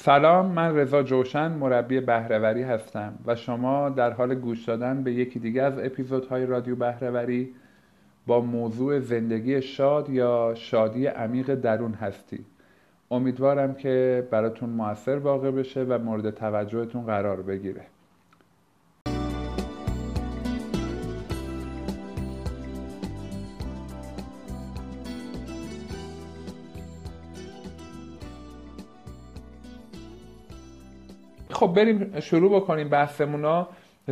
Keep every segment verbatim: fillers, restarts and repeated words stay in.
سلام، من رضا جوشن مربی بهره‌وری هستم و شما در حال گوش دادن به یکی دیگه از اپیزودهای رادیو بهره‌وری با موضوع زندگی شاد یا شادی عمیق درون هستید. امیدوارم که براتون مؤثر واقع بشه و مورد توجهتون قرار بگیره. خب بریم شروع بکنیم بحثمونا.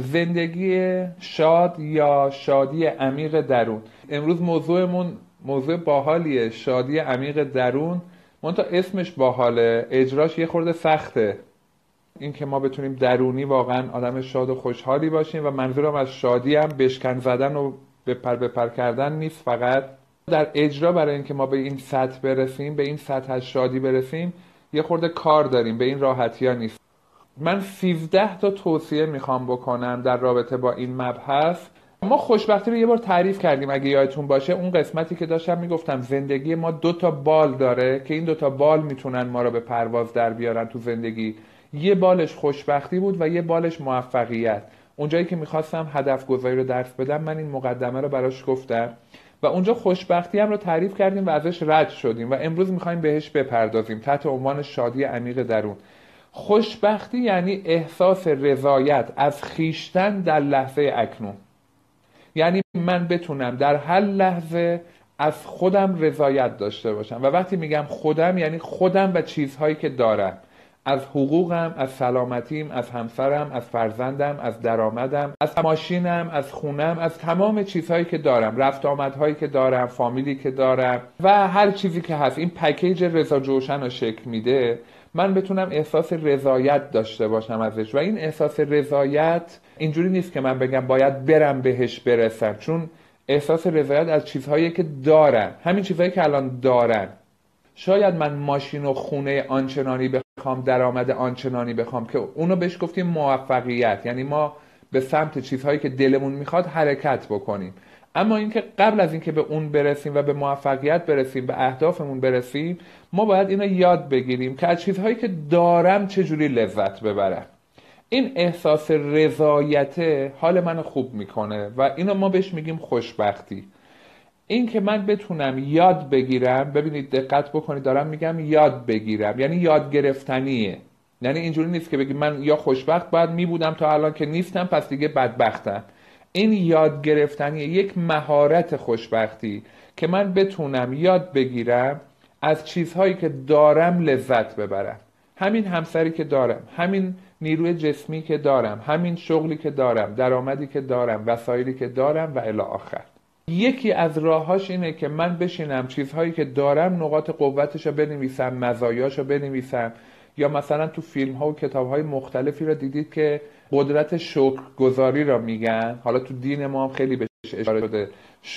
زندگی شاد یا شادی عمیق درون. امروز موضوعمون موضوع باحالیه، شادی عمیق درون. منتها اسمش باحاله، اجراش یه خورده سخته. این که ما بتونیم درونی واقعا آدم شاد و خوشحالی باشیم و منظورم از شادی هم بشکن زدن و بپر بپر کردن نیست، فقط در اجرا برای اینکه ما به این سطح برسیم، به این سطح از شادی برسیم، یه خورده کار داریم، به این راحتی ها نیست. من سیزده تا توصیه میخوام بکنم در رابطه با این مبحث. ما خوشبختی رو یه بار تعریف کردیم اگه یادتون باشه، اون قسمتی که داشتم میگفتم زندگی ما دو تا بال داره که این دو تا بال میتونن ما رو به پرواز در بیارن تو زندگی. یه بالش خوشبختی بود و یه بالش موفقیت. اونجایی که میخواستم هدف گذاری رو درس بدم من این مقدمه رو براش گفتم و اونجا خوشبختی هم رو تعریف کردیم و ازش رد شدیم و امروز میخوایم بهش بپردازیم تحت عنوان شادی عمیق درون. خوشبختی یعنی احساس رضایت از خیشتن در لحظه اکنون. یعنی من بتونم در هر لحظه از خودم رضایت داشته باشم و وقتی میگم خودم یعنی خودم و چیزهایی که دارم، از حقوقم، از سلامتیم، از همسرم، از فرزندم، از درآمدم، از ماشینم، از خونم، از تمام چیزهایی که دارم، رفت آمدهایی که دارم، فامیلی که دارم و هر چیزی که هست. این پکیج رضا جوشن رو شکل میده. من بتونم احساس رضایت داشته باشم ازش و این احساس رضایت اینجوری نیست که من بگم باید برم بهش برسم، چون احساس رضایت از چیزهایی که دارم، همین چیزهایی که الان دارم. شاید من ماشین و خونه آنچنانی بخوام، درآمد آنچنانی بخوام که اونو بهش گفتیم موفقیت، یعنی ما به سمت چیزهایی که دلمون میخواد حرکت بکنیم. اما اینکه قبل از اینکه به اون برسیم و به موفقیت برسیم، به اهدافمون برسیم، ما باید اینو یاد بگیریم که از چیزهایی که دارم چجوری لذت ببرم. این احساس رضایت حال منو خوب میکنه و اینو ما بهش میگیم خوشبختی. این که من بتونم یاد بگیرم، ببینید دقت بکنید دارم میگم یاد بگیرم، یعنی یاد گرفتنیه. یعنی اینجوری نیست که بگید من یا خوشبخت باید میبودم تا الان که نیستم پس دیگه بدبختم. این یاد گرفتنیه، یک مهارت خوشبختی که من بتونم یاد بگیرم از چیزهایی که دارم لذت ببرم. همین همسری که دارم، همین نیروی جسمی که دارم، همین شغلی که دارم، درآمدی که دارم، وسایلی که دارم و الی آخر. یکی از راهاش اینه که من بشینم چیزهایی که دارم نقاط قوتشو بنویسم، مزایاشو بنویسم، یا مثلا تو فیلم ها و کتاب های مختلفی را دیدید که قدرت شکرگزاری را میگن. حالا تو دین ما هم خیلی بهش اشاره شده.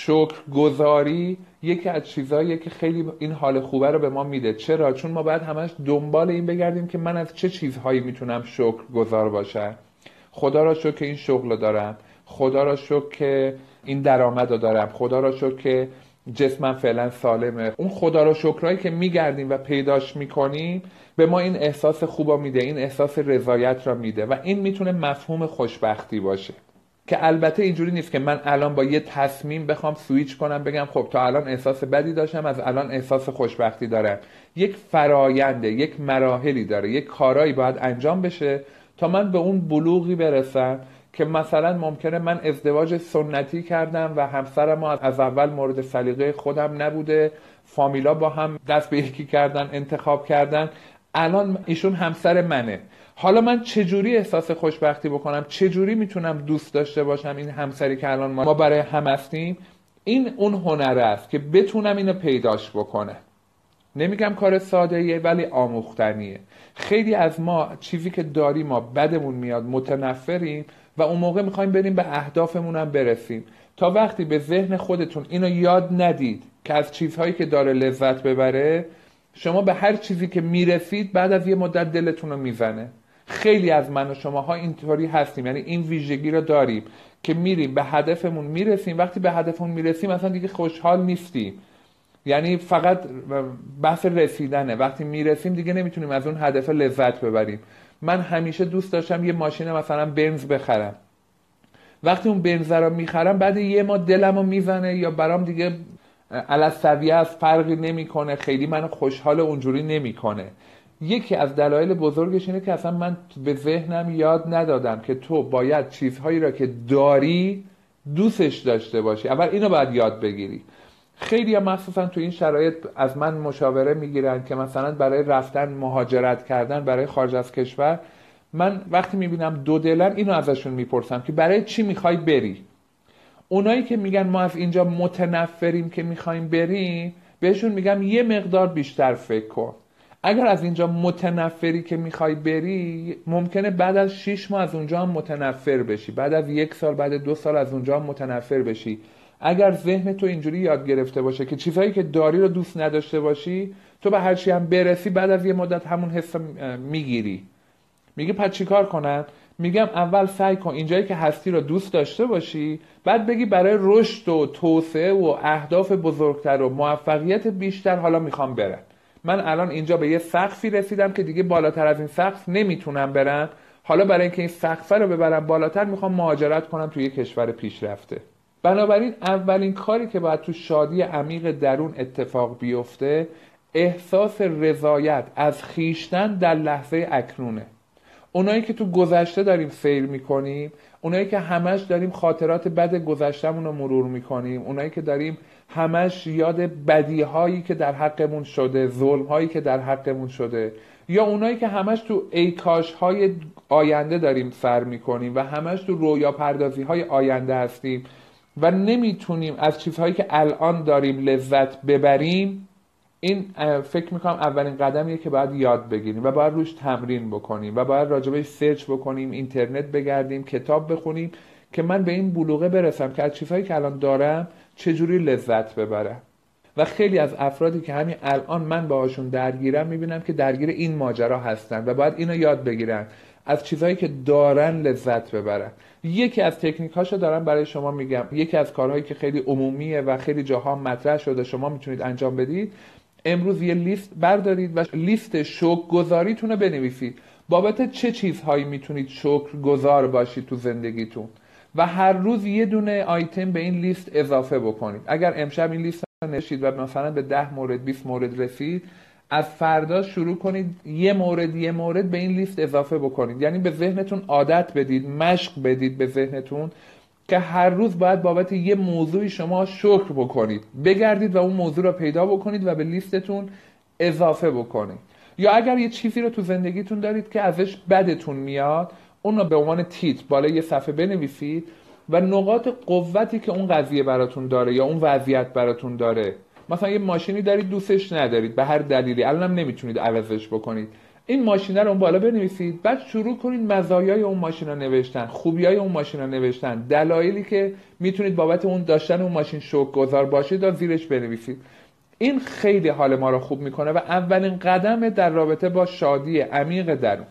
شکرگزاری یکی از چیزاییه که خیلی این حال خوبه رو به ما میده. چرا؟ چون ما باید همش دنبال این بگردیم که من از چه چیزهایی میتونم شکرگزار باشم. خدا را شکر که این شغل رو دارم، خدا را شکر که این درآمد رو دارم، خدا را شکر که جسمم فعلا سالمه. اون خدا را شکرایی که میگردیم و پیداش میکنیم به ما این احساس خوبا میده، این احساس رضایت را میده و این میتونه مفهوم خوشبختی باشه. که البته اینجوری نیست که من الان با یه تصمیم بخوام سویچ کنم بگم خب تا الان احساس بدی داشتم از الان احساس خوشبختی دارم. یک فراینده، یک مراحلی داره، یک کارایی باید انجام بشه تا من به اون بلوغی برسم که مثلا ممکنه من ازدواج سنتی کردم و همسرم از اول مورد سلیقه خودم نبوده، فامیلا با هم دست به یکی کردن، انتخاب کردن، الان ایشون همسر منه. حالا من چجوری احساس خوشبختی بکنم؟ چجوری میتونم دوست داشته باشم این همسری که الان ما برای هم هستیم؟ این اون هنر است که بتونم اینو پیداش بکنه. نمیگم کار ساده ایه ولی آموختنیه. خیلی از ما چیزی که داریم ما بدمون میاد، متنفریم و اون موقع میخوایم بریم به اهدافمون هم برسیم. تا وقتی به ذهن خودتون اینو یاد ندید که از چیزهایی که داره لذت ببره، شما به هر چیزی که میرسید بعد از یه مدت دلتون رو میزنه. خیلی از من و شماها اینطوری هستیم، یعنی این ویژگی رو داریم که میریم به هدفمون میرسیم، وقتی به هدفمون میرسیم اصلا دیگه خوشحال نیستیم. یعنی فقط بحث رسیدنه. وقتی میرسیم دیگه نمیتونیم از اون هدف لذت ببریم. من همیشه دوست داشتم یه ماشین مثلا بنز بخرم. وقتی اون بنز رو میخرم بعد یه ماه دلمو میزنه یا برام دیگه الاسویه از فرقی نمیکنه، خیلی منو خوشحال اونجوری نمیکنه. یکی از دلایل بزرگش اینه که اصلا من به ذهنم یاد ندادم که تو باید چیزهایی را که داری دوستش داشته باشی. اول اینو باید یاد بگیری. خیلی هم مخصوصا تو این شرایط از من مشاوره میگیرن که مثلا برای رفتن مهاجرت کردن برای خارج از کشور، من وقتی میبینم دو دلن اینو ازشون میپرسم که برای چی میخوای بری. اونایی که میگن ما از اینجا متنفریم که میخوایم بریم، بهشون میگم یه مقدار بیشتر فکر کن. اگر از اینجا متنفری که میخوای بری، ممکنه بعد از شش ماه از اونجا هم متنفر بشی، بعد از یک سال، بعد دو سال از اونجا هم متنفر بشی. اگر ذهن تو اینجوری یاد گرفته باشه که چیزهایی که داری رو دوست نداشته باشی، تو به هر چی هم برسی بعد از یه مدت همون حس میگیری. میگه پس چیکار کنم؟ میگم اول سعی کن اینجایی که هستی رو دوست داشته باشی، بعد بگی برای رشد و توسعه و اهداف بزرگتر و موفقیت بیشتر حالا میخوام برم. من الان اینجا به یه سقفی رسیدم که دیگه بالاتر از این سقف نمیتونم برم. حالا برای اینکه این سقف رو ببرم بالاتر میخوام مهاجرت کنم توی یه کشور پیشرفته. بنابراین اولین کاری که باید تو شادی عمیق درون اتفاق بیفته، احساس رضایت از خیشتن در لحظه اکنونه. اونایی که تو گذشته داریم سیر میکنیم، اونایی که همش داریم خاطرات بد گذشتمون رو مرور میکنیم، اونایی که داریم همش یاد بدیهایی که در حقمون شده، ظلمهایی که در حقمون شده، یا اونایی که همش تو ایکاشهای آینده داریم سر میکنیم و همش تو رویا پردازی های آینده هستیم و نمیتونیم از چیزهایی که الان داریم لذت ببریم، این فکر میکنم اولین قدمیه که باید یاد بگیریم و باید روش تمرین بکنیم و باید راجبش سرچ بکنیم، اینترنت بگردیم، کتاب بخونیم که من به این بلوغه برسم که از چیزهایی که الان دارم چجوری لذت ببرم. و خیلی از افرادی که همین الان من باهاشون درگیرم میبینم که درگیر این ماجرا هستن و باید اینو یاد بگیرن، از چیزهایی که دارن لذت ببرن. یکی از تکنیکاشو دارم برای شما میگم. یکی از کارهایی که خیلی عمومیه و خیلی جاها مطرح شده شما میتونید انجام بدید، امروز یه لیست بردارید و لیست شکر گذاریتون رو بنویسید. بابت چه چیزهایی میتونید شکر گذار باشید تو زندگیتون و هر روز یه دونه آیتم به این لیست اضافه بکنید. اگر امشب این لیست رو نوشید و مثلا به ده مورد بیست مورد رسید، از فردا شروع کنید یه مورد یه مورد به این لیست اضافه بکنید. یعنی به ذهنتون عادت بدید، مشق بدید به ذهنتون که هر روز باید بابت یه موضوعی شما شکر بکنید. بگردید و اون موضوع رو پیدا بکنید و به لیستتون اضافه بکنید. یا اگر یه چیزی رو تو زندگیتون دارید که ازش بدتون میاد، اون رو به عنوان تیتر بالای یه صفحه بنویسید و نقاط قوتی که اون قضیه براتون داره یا اون وضعیت براتون داره. مثلا یه ماشینی دارید دوستش ندارید به هر دلیلی، الانم نمیتونید عوضش بکنید، این ماشین رو اون بالا بنویسید. بعد شروع کنید مزایای اون ماشین رو نوشتن، خوبیای اون ماشین رو نوشتن، دلایلی که میتونید بابت اون داشتن اون ماشین شکرگزار باشید و زیرش بنویسید. این خیلی حال ما رو خوب میکنه و اولین قدم در رابطه با شادی عمیق درون.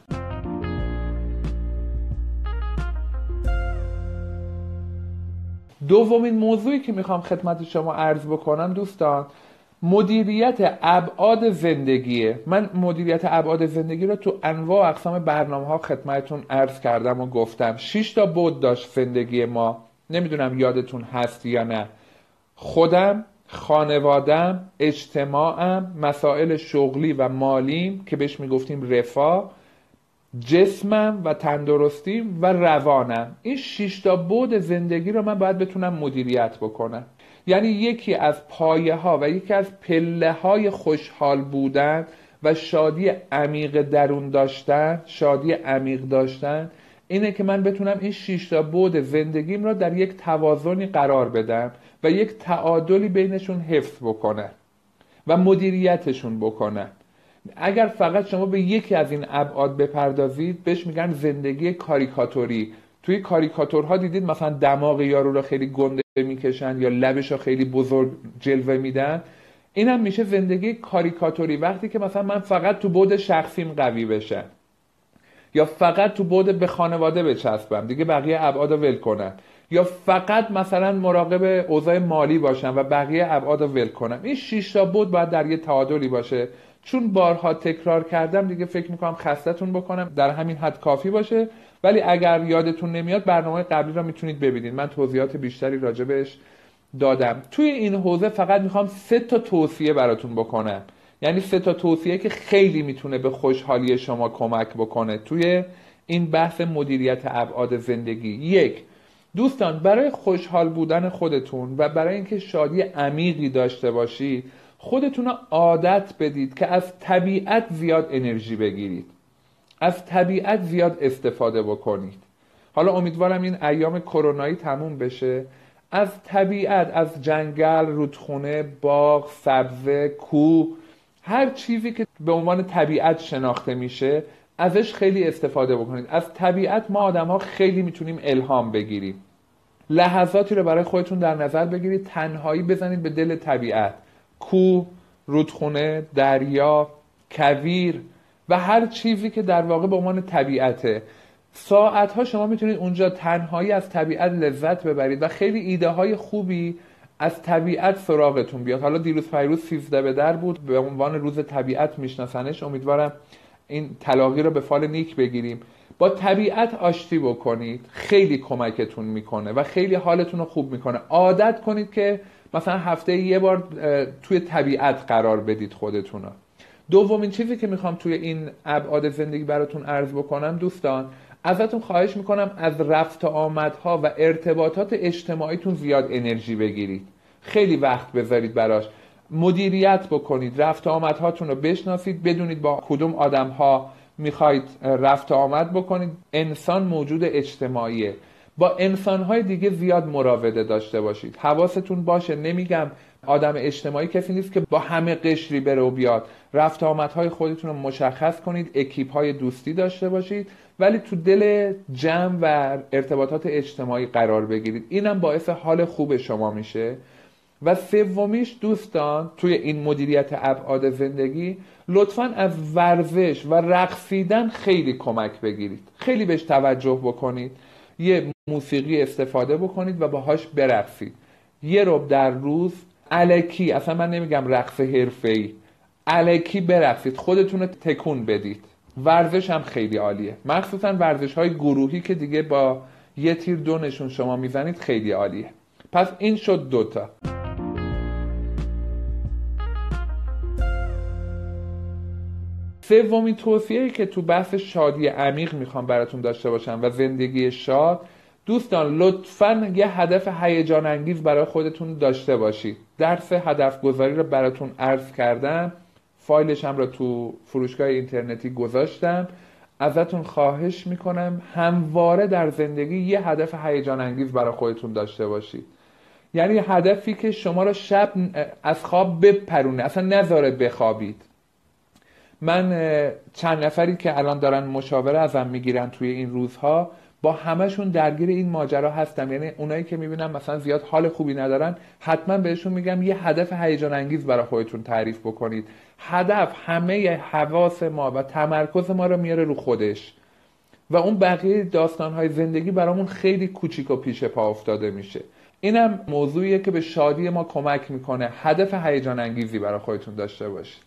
دومین موضوعی که میخوام خدمت شما عرض بکنم دوستان، مدیریت ابعاد زندگیه. من مدیریت ابعاد زندگی رو تو انواع و اقسام برنامه‌ها خدمتتون عرض کردم و گفتم. شش تا بعد داشت زندگی ما، نمیدونم یادتون هست یا نه. خودم، خانوادم، اجتماعم، مسائل شغلی و مالیم که بهش میگفتیم رفاه، جسمم و تندرستیم و روانم. این شش تا بعد زندگی رو من باید بتونم مدیریت بکنم. یعنی یکی از پایه ها و یکی از پله های خوشحال بودن و شادی عمیق درون داشتن، شادی عمیق داشتن اینه که من بتونم این شش تا بعد زندگیم رو در یک توازنی قرار بدم و یک تعادلی بینشون حفظ بکنم و مدیریتشون بکنم. اگر فقط شما به یکی از این ابعاد بپردازید، بهش میگن زندگی کاریکاتوری. توی کاریکاتورها دیدید مثلا دماغ یارو رو خیلی گنده میکشن یا لبش رو خیلی بزرگ جلوه میدن. این هم میشه زندگی کاریکاتوری. وقتی که مثلا من فقط تو بعد شخصیم قوی بشم یا فقط تو بعد به خانواده بچسبم دیگه بقیه ابعاد رو ول کنم، یا فقط مثلا مراقب اوضاع مالی باشم و بقیه ابعاد رو ول کنم. این شش تا بعد باید در یه تعادلی باشه. چون بارها تکرار کردم دیگه فکر میکنم خستتون بکنم، در همین حد کافی باشه. ولی اگر یادتون نمیاد برنامه قبلی رو میتونید ببینید، من توضیحات بیشتری راجبش دادم. توی این حوزه فقط میخوام سه تا توصیه براتون بکنم، یعنی سه تا توصیه که خیلی میتونه به خوشحالی شما کمک بکنه توی این بحث مدیریت ابعاد زندگی. یک، دوستان برای خوشحال بودن خودتون و برای اینکه شادی عمیقی داشته باشید خودتون رو عادت بدید که از طبیعت زیاد انرژی بگیرید، از طبیعت زیاد استفاده بکنید. حالا امیدوارم این ایام کرونایی تموم بشه. از طبیعت، از جنگل، رودخونه، باغ، سبزه، کوه، هر چیزی که به عنوان طبیعت شناخته میشه ازش خیلی استفاده بکنید. از طبیعت ما آدم ها خیلی میتونیم الهام بگیریم. لحظاتی رو برای خودتون در نظر بگیرید، تنهایی بزنید به دل طبیعت، کوه، رودخونه، دریا، کویر و هر چیزی که در واقع به عنوان طبیعته. ساعتها شما میتونید اونجا تنهایی از طبیعت لذت ببرید و خیلی ایده های خوبی از طبیعت سراغتون بیاد. حالا دیروز پیروز سیزده به در بود، به عنوان روز طبیعت میشناسنش. امیدوارم این تلاقی رو به فال نیک بگیریم. با طبیعت آشتی بکنید، خیلی کمکتون میکنه و خیلی حالتون رو خوب میکنه. عادت کنید که مثلا هفته یه بار توی طبیعت قرار بدید خودتون رو. دومین چیزی که میخوام توی این ابعاد زندگی براتون عرض بکنم دوستان، ازتون خواهش میکنم از رفت آمدها و ارتباطات اجتماعیتون زیاد انرژی بگیرید. خیلی وقت بذارید براش، مدیریت بکنید، رفت آمدهاتون رو بشناسید، بدونید با کدوم آدمها میخواید رفت آمد بکنید. انسان موجود اجتماعیه، با انسانهای دیگه زیاد مراوده داشته باشید. حواستون باشه، نمیگم آدم اجتماعی کسی نیست که با همه قشری بره و بیاد. رفت آمدهای خودتون رو مشخص کنید، اکیپ‌های دوستی داشته باشید، ولی تو دل جمع و ارتباطات اجتماعی قرار بگیرید. اینم باعث حال خوب شما میشه. و سومیش دوستان، توی این مدیریت ابعاد زندگی لطفاً از ورزش و رقصیدن خیلی کمک بگیرید، خیلی بهش توجه بکنید. یه موسیقی استفاده بکنید و باهاش برقصید. یه ربع در روز الکی، اصلا من نمیگم رقص حرفه‌ای، الکی برقصید، خودتون رو تکون بدید. ورزش هم خیلی عالیه، مخصوصا ورزش های گروهی که دیگه با یه تیر دو نشون شما میزنید خیلی عالیه. پس این شد دوتا. سومین توصیه‌ای که تو بحث شادی عمیق میخوام براتون داشته باشم و زندگی شاد، دوستان لطفاً یه هدف هیجان انگیز برای خودتون داشته باشید. درس هدف گذاری رو براتون عرض کردم، فایلش هم رو تو فروشگاه اینترنتی گذاشتم. ازتون خواهش میکنم همواره در زندگی یه هدف هیجان انگیز برای خودتون داشته باشید. یعنی هدفی که شما رو شب از خواب بپرونه، اصلا نذاره بخوابید. من چند نفری که الان دارن مشاوره ازم میگیرن توی این روزها، با همشون درگیر این ماجرا هستم. یعنی اونایی که میبینم مثلا زیاد حال خوبی ندارن، حتما بهشون میگم یه هدف هیجان انگیز برای خودتون تعریف بکنید. هدف همه حواس ما و تمرکز ما رو میاره رو خودش و اون بقیه داستانهای زندگی برامون خیلی کوچیک و پیش پا افتاده میشه. اینم موضوعیه که به شادی ما کمک میکنه. هدف هیجان انگیزی برای خودتون داشته باشید.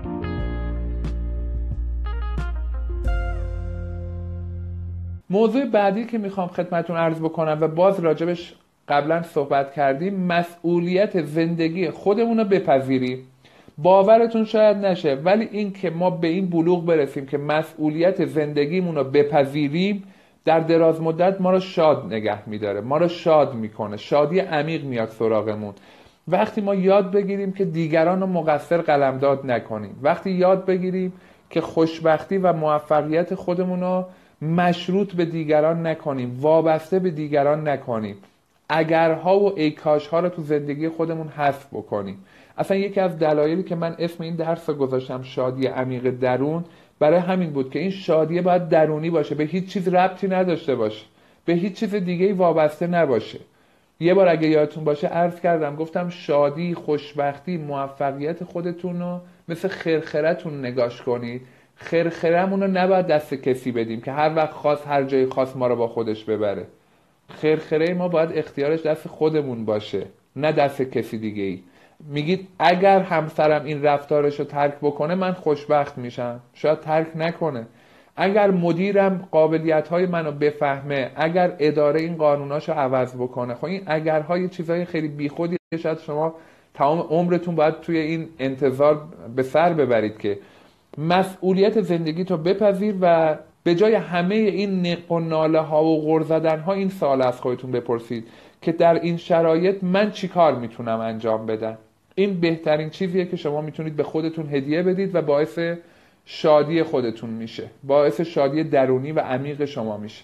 موضوع بعدی که میخوام خدمتون عرض بکنم و باز راجبش قبلا صحبت کردیم، مسئولیت زندگی خودمون رو بپذیریم. باورتون شاید نشه، ولی این که ما به این بلوغ برسیم که مسئولیت زندگیمون رو بپذیریم، در دراز مدت ما رو شاد نگه میداره، ما رو شاد میکنه، شادی عمیق میاد سراغمون. وقتی ما یاد بگیریم که دیگران رو مقصر قلمداد نکنیم، وقتی یاد بگیریم که خوشبختی و موفقیت خودمون رو مشروط به دیگران نکنیم، وابسته به دیگران نکنیم، اگرها و ایکاشها رو تو زندگی خودمون حذف بکنیم. اصلا یکی از دلایلی که من اسم این درس رو گذاشتم شادی عمیق درون، برای همین بود که این شادی باید درونی باشه، به هیچ چیز ربطی نداشته باشه، به هیچ چیز دیگه‌ای وابسته نباشه. یه بار اگه یادتون باشه عرض کردم، گفتم شادی، خوشبختی، موفقیت خودتون رو مثل خرخرتون نگاش کنید خرخرمون رو نباید دست کسی بدیم که هر وقت خواست هر جای خواست ما رو با خودش ببره. خرخره ما باید اختیارش دست خودمون باشه، نه دست کسی دیگه ای. میگید اگر همسرم این رفتارش رو ترک بکنه من خوشبخت میشم، شاید ترک نکنه. اگر مدیرم قابلیت‌های منو بفهمه، اگر اداره این قانوناشو عوض بکنه. خب این اگرهای چیزای خیلی بیخودی، شاید شما تمام عمرتون باید توی این انتظار به سر ببرید که مسئولیت زندگی تو بپذیر و به جای همه این نق و ناله ها و غر زدن ها این سوال از خودتون بپرسید که در این شرایط من چی کار میتونم انجام بدم. این بهترین چیزیه که شما میتونید به خودتون هدیه بدید و باعث شادی خودتون میشه، باعث شادی درونی و عمیق شما میشه.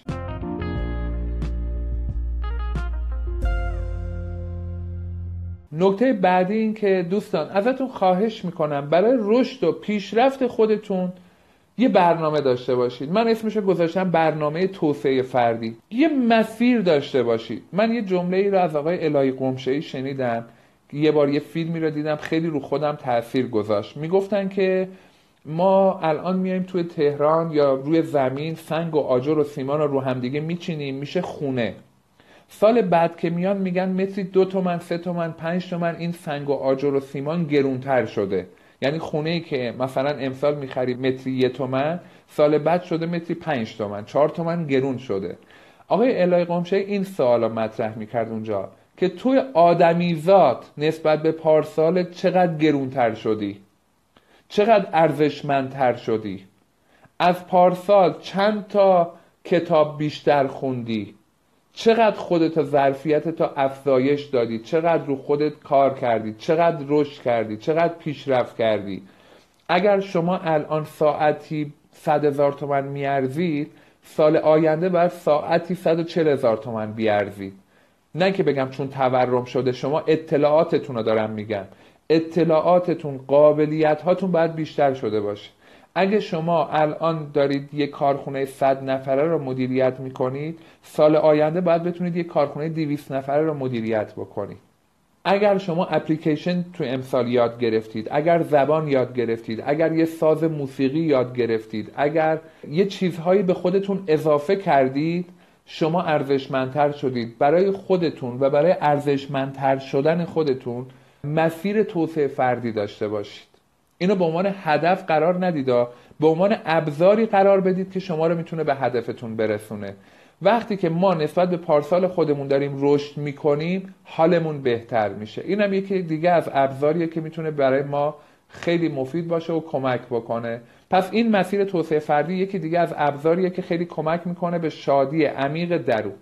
نکته بعدی این که دوستان ازتون خواهش میکنم برای رشد و پیشرفت خودتون یه برنامه داشته باشید. من اسمشو گذاشتم برنامه توسعه فردی. یه مسیر داشته باشید. من یه جمله ای رو از آقای الهی قمشه‌ای شنیدم، یه بار یه فیلمی رو دیدم خیلی رو خودم تاثیر گذاشت. میگفتن که ما الان میایم توی تهران یا روی زمین سنگ و آجر و سیمان رو رو همدیگه میچینیم، میشه خونه. سال بعد که میان میگن متری دو تومن، سه تومن، پنج تومن این سنگ و آجر و سیمان گرونتر شده. یعنی خونه‌ای که مثلا امسال میخری متری یه تومن، سال بعد شده متری پنج تومن، چهار تومن گرون شده. آقای الهی قمشه‌ای این سوالا مطرح میکرد اونجا که توی آدمیزاد نسبت به پارسال چقدر گرونتر شدی، چقدر ارزشمندتر شدی، از پارسال چند تا کتاب بیشتر خوندی، چقدر خودت ظرفیت تا افزایش دادی، چقدر رو خودت کار کردی، چقدر رشد کردی، چقدر پیشرفت کردی. اگر شما الان ساعتی صد هزار تومن میارزید، سال آینده باید ساعتی صد و چهل هزار تومن بیارزید. نه که بگم چون تورم شده، شما اطلاعاتتون رو دارم میگم، اطلاعاتتون، قابلیت هاتون باید بیشتر شده باشه. اگه شما الان دارید یک کارخونه صد نفره رو مدیریت میکنید، سال آینده باید بتونید یک کارخونه دویست نفره رو مدیریت بکنید. اگر شما اپلیکیشن تو امسال یاد گرفتید، اگر زبان یاد گرفتید، اگر یه ساز موسیقی یاد گرفتید، اگر یه چیزهایی به خودتون اضافه کردید، شما ارزشمندتر شدید. برای خودتون و برای ارزشمندتر شدن خودتون مسیر توسعه فردی داشته باشید. اینو به عنوان هدف قرار ندید، به عنوان ابزاری قرار بدید که شما رو میتونه به هدفتون برسونه. وقتی که ما نسبت به پارسال خودمون داریم رشد میکنیم، حالمون بهتر میشه. اینم یکی دیگه از ابزاریه که میتونه برای ما خیلی مفید باشه و کمک بکنه. پس این مسیر توسعه فردی یکی دیگه از ابزاریه که خیلی کمک میکنه به شادی عمیق درون.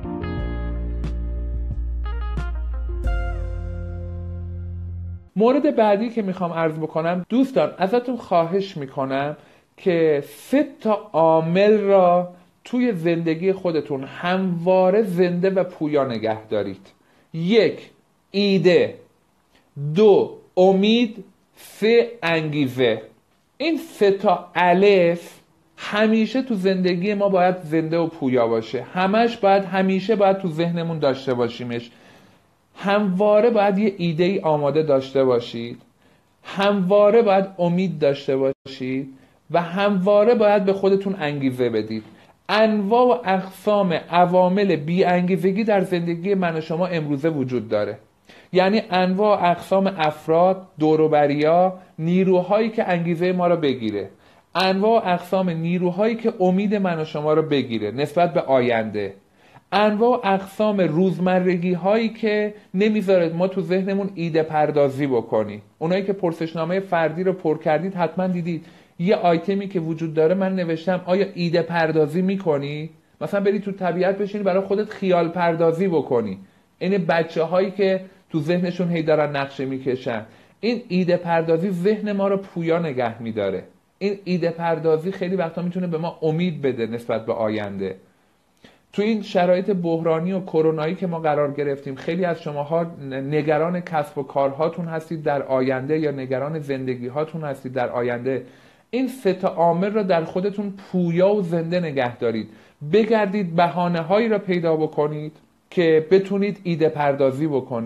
مورد بعدی که میخوام عرض بکنم، دوستان ازتون خواهش میکنم که سه تا عامل را توی زندگی خودتون همواره زنده و پویا نگه دارید. یک، ایده. دو، امید. سه، انگیزه. این سه تا الف همیشه تو زندگی ما باید زنده و پویا باشه. همش باید، همیشه باید تو ذهنمون داشته باشیمش. همواره باید یه ایده ای آماده داشته باشید، همواره باید امید داشته باشید و همواره باید به خودتون انگیزه بدید. انواع و اقسام عوامل بی انگیزگی در زندگی من و شما امروزه وجود داره. یعنی انواع و اقسام افراد، دور و بریا، نیروهایی که انگیزه ما رو بگیره، انواع و اقسام نیروهایی که امید من و شما رو بگیره نسبت به آینده، انواع و اقسام روزمرگی هایی که نمیذاره ما تو ذهنمون ایده پردازی بکنی. اونایی که پرسشنامه فردی رو پر کردید حتما دیدید یه آیتمی که وجود داره من نوشتم آیا ایده پردازی میکنی؟ مثلا بری تو طبیعت بشینی برای خودت خیال پردازی بکنی. این بچه هایی که تو ذهنشون هی دارن نقشه میکشن، این ایده پردازی ذهن ما رو پویا نگه میداره. این ایده پردازی خیلی وقتا میتونه به ما امید بده نسبت به آینده. تو این شرایط بحرانی و کرونایی که ما قرار گرفتیم، خیلی از شماها نگران کسب و کارهاتون هستید در آینده یا نگران زندگی هاتون هستید در آینده. این سه تا عامل را در خودتون پویا و زنده نگه دارید. بگردید بهانه هایی را پیدا بکنید که بتونید ایده پردازی بکنید.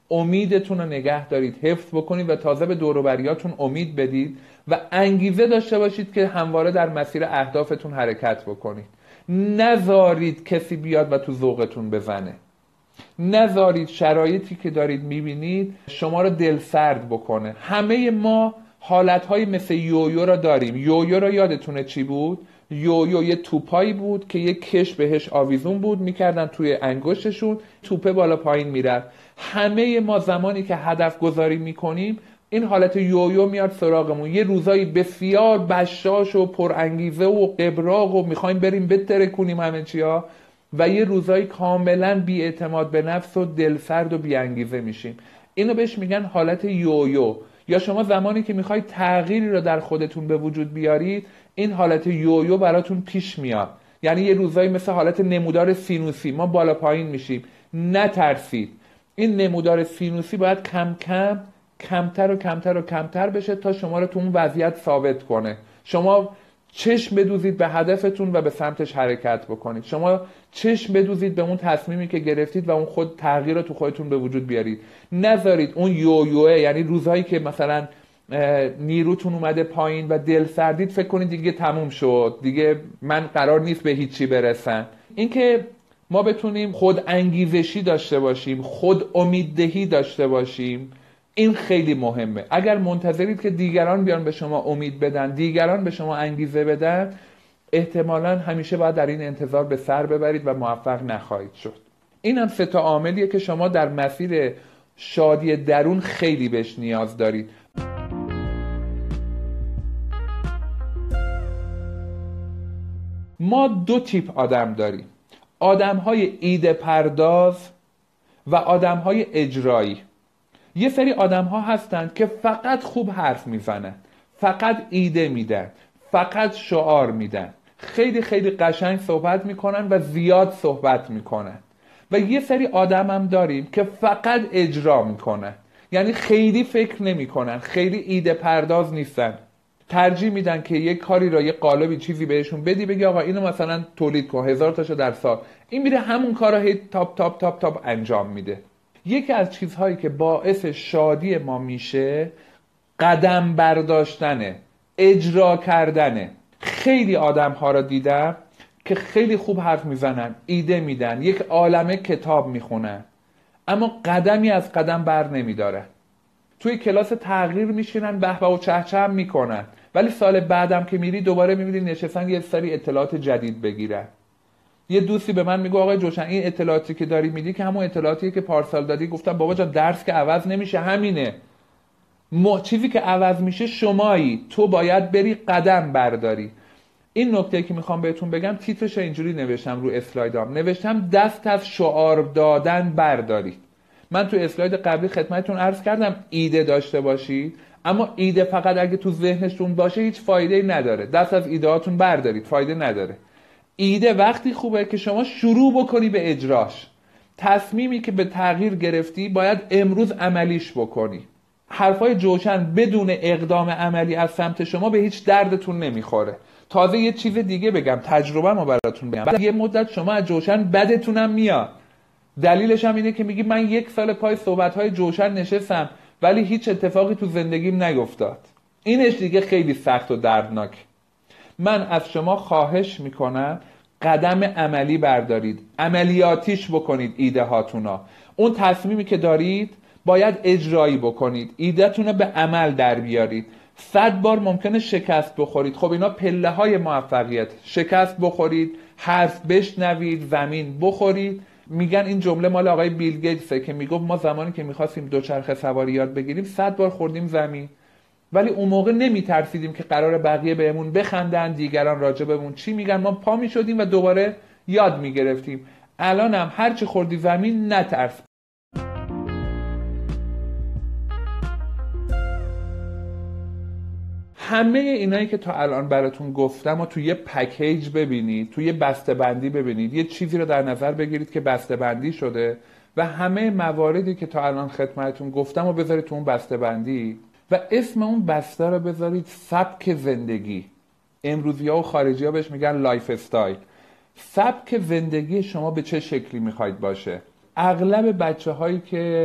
امیدتون رو نگه دارید، حفظ بکنید و تازه به دور و بریاتون امید بدید و انگیزه داشته باشید که همواره در مسیر اهدافتون حرکت بکنید. نذارید کسی بیاد و تو ذوقتون بزنه. نذارید شرایطی که دارید میبینید شما رو دلسرد بکنه. همه ما حالتهای مثل یویو را داریم. یویو را یادتونه چی بود؟ یویو یه توپایی بود که یه کش بهش آویزون بود، میکردن توی انگشتشون، توپه بالا پایین میرفت. همه ما زمانی که هدف گذاری میکنیم این حالت یویو میاد سراغمون. یه روزایی بسیار بشاش و پرانگیزه و قبراق و میخوایم بریم بترکونیم همه چیا، و یه روزایی کاملا بی اعتماد به نفس و دلسرد و بی انگیزه میشیم. اینو بهش میگن حالت یویو. یا شما زمانی که میخواید تغییری رو در خودتون به وجود بیارید این حالت یویو براتون پیش میاد. یعنی یه روزایی مثل حالت نمودار سینوسی ما بالا پایین میشیم. نترسید، این نمودار سینوسی باید کم کم کمتر و کمتر و کمتر بشه تا شما رو تو اون وضعیت ثابت کنه. شما چشم بدوزید به هدفتون و به سمتش حرکت بکنید. شما چشم بدوزید به اون تصمیمی که گرفتید و اون خود تغییر رو تو خودتون به وجود بیارید. نذارید اون یویوه، یعنی روزهایی که مثلا نیروتون اومده پایین و دل سردید فکر کنید دیگه تموم شد، دیگه من قرار نیست به هیچی برسم. اینکه ما بتونیم خود انگیزشی داشته باشیم، خود امیددهی داشته باشیم، این خیلی مهمه. اگر منتظرید که دیگران بیان به شما امید بدن، دیگران به شما انگیزه بدن، احتمالاً همیشه باید در این انتظار به سر ببرید و موفق نخواهید شد. این هم سه تا عاملیه که شما در مسیر شادی درون خیلی بهش نیاز دارید. ما دو تیپ آدم داریم: آدم‌های ایده پرداز و آدم‌های اجرایی. یه سری آدم ها هستند که فقط خوب حرف میزنن، فقط ایده میدن، فقط شعار میدن، خیلی خیلی قشنگ صحبت میکنن و زیاد صحبت میکنن. و یه سری آدم هم داریم که فقط اجرا میکنن، یعنی خیلی فکر نمیکنن، خیلی ایده پرداز نیستن. ترجیح میدن که یه کاری را، یه قالبی چیزی بهشون بدی، بگی آقا اینو مثلا تولید کن، هزار تاشو در سال، این میره همون کارا هی تاپ تاپ تاپ تاپ انجام میده. یکی از چیزهایی که باعث شادی ما میشه قدم برداشتنه، اجرا کردنه. خیلی آدم ها را دیدم که خیلی خوب حرف میزنن، ایده میدن، یک عالمه کتاب میخونن، اما قدمی از قدم بر نمیدارن. توی کلاس تغییر میشینن، به به و چه چه هم میکنن، ولی سال بعدم که میری دوباره میبینی نشستن یه سری اطلاعات جدید بگیرن. یه دوستی به من میگه آقای جوشن این اطلاعاتی که داری میدی که همون اطلاعاتیه که پارسال دادی. گفتم بابا جان درس که عوض نمیشه، همینه. ما چیزی که عوض میشه شمایی، تو باید بری قدم برداری. این نکته که میخوام بهتون بگم تیترش اینجوری نوشتم رو اسلایدام، نوشتم دست از شعار دادن بردارید. من تو اسلاید قبلی خدمتتون عرض کردم ایده داشته باشید، اما ایده فقط اگه تو ذهنتون باشه هیچ فایده‌ای نداره. دست از ایده‌هاتون بردارید، فایده نداره. ایده وقتی خوبه که شما شروع بکنی به اجراش. تصمیمی که به تغییر گرفتی باید امروز عملیش بکنی. حرفای جوشن بدون اقدام عملی از سمت شما به هیچ دردتون نمیخوره. تازه یه چیز دیگه بگم، تجربه ما براتون بگم. بعد یه مدت شما از جوشن بدتونم میاد. دلیلش هم اینه که میگی من یک سال پای صحبت‌های جوشن نشستم ولی هیچ اتفاقی تو زندگیم نیفتاد. اینش دیگه خیلی سخت و دردناک. من از شما خواهش میکنم قدم عملی بردارید، عملیاتیش بکنید ایده هاتونا. اون تصمیمی که دارید باید اجرایی بکنید، ایده‌تون رو به عمل در بیارید. صد بار ممکنه شکست بخورید، خب اینا پله های موفقیت. شکست بخورید، حرف بشنوید، زمین بخورید. میگن این جمله مال آقای بیل گیتسه که میگفت ما زمانی که میخواستیم دوچرخه سواری یاد بگیریم صد بار خوردیم زمین، ولی اون موقع نمیترسیدیم که قرار بقیه بهمون بخندن، دیگران راجع بهمون چی میگن. ما پا میشدیم و دوباره یاد میگرفتیم. الان هم هرچی خوردی زمین نترس. همه اینایی که تا الان براتون گفتم و توی یه پکیج ببینید، توی یه بسته‌بندی ببینید، یه چیزی رو در نظر بگیرید که بسته‌بندی شده و همه مواردی که تا الان خدمتتون گفتم رو بذارید تو اون بسته‌بندی و اسم اون بسته رو بذارید سبک زندگی. امروزی‌ها و خارجی‌ها بهش میگن لایف استایل. سبک زندگی شما به چه شکلی میخواید باشه؟ اغلب بچه‌هایی که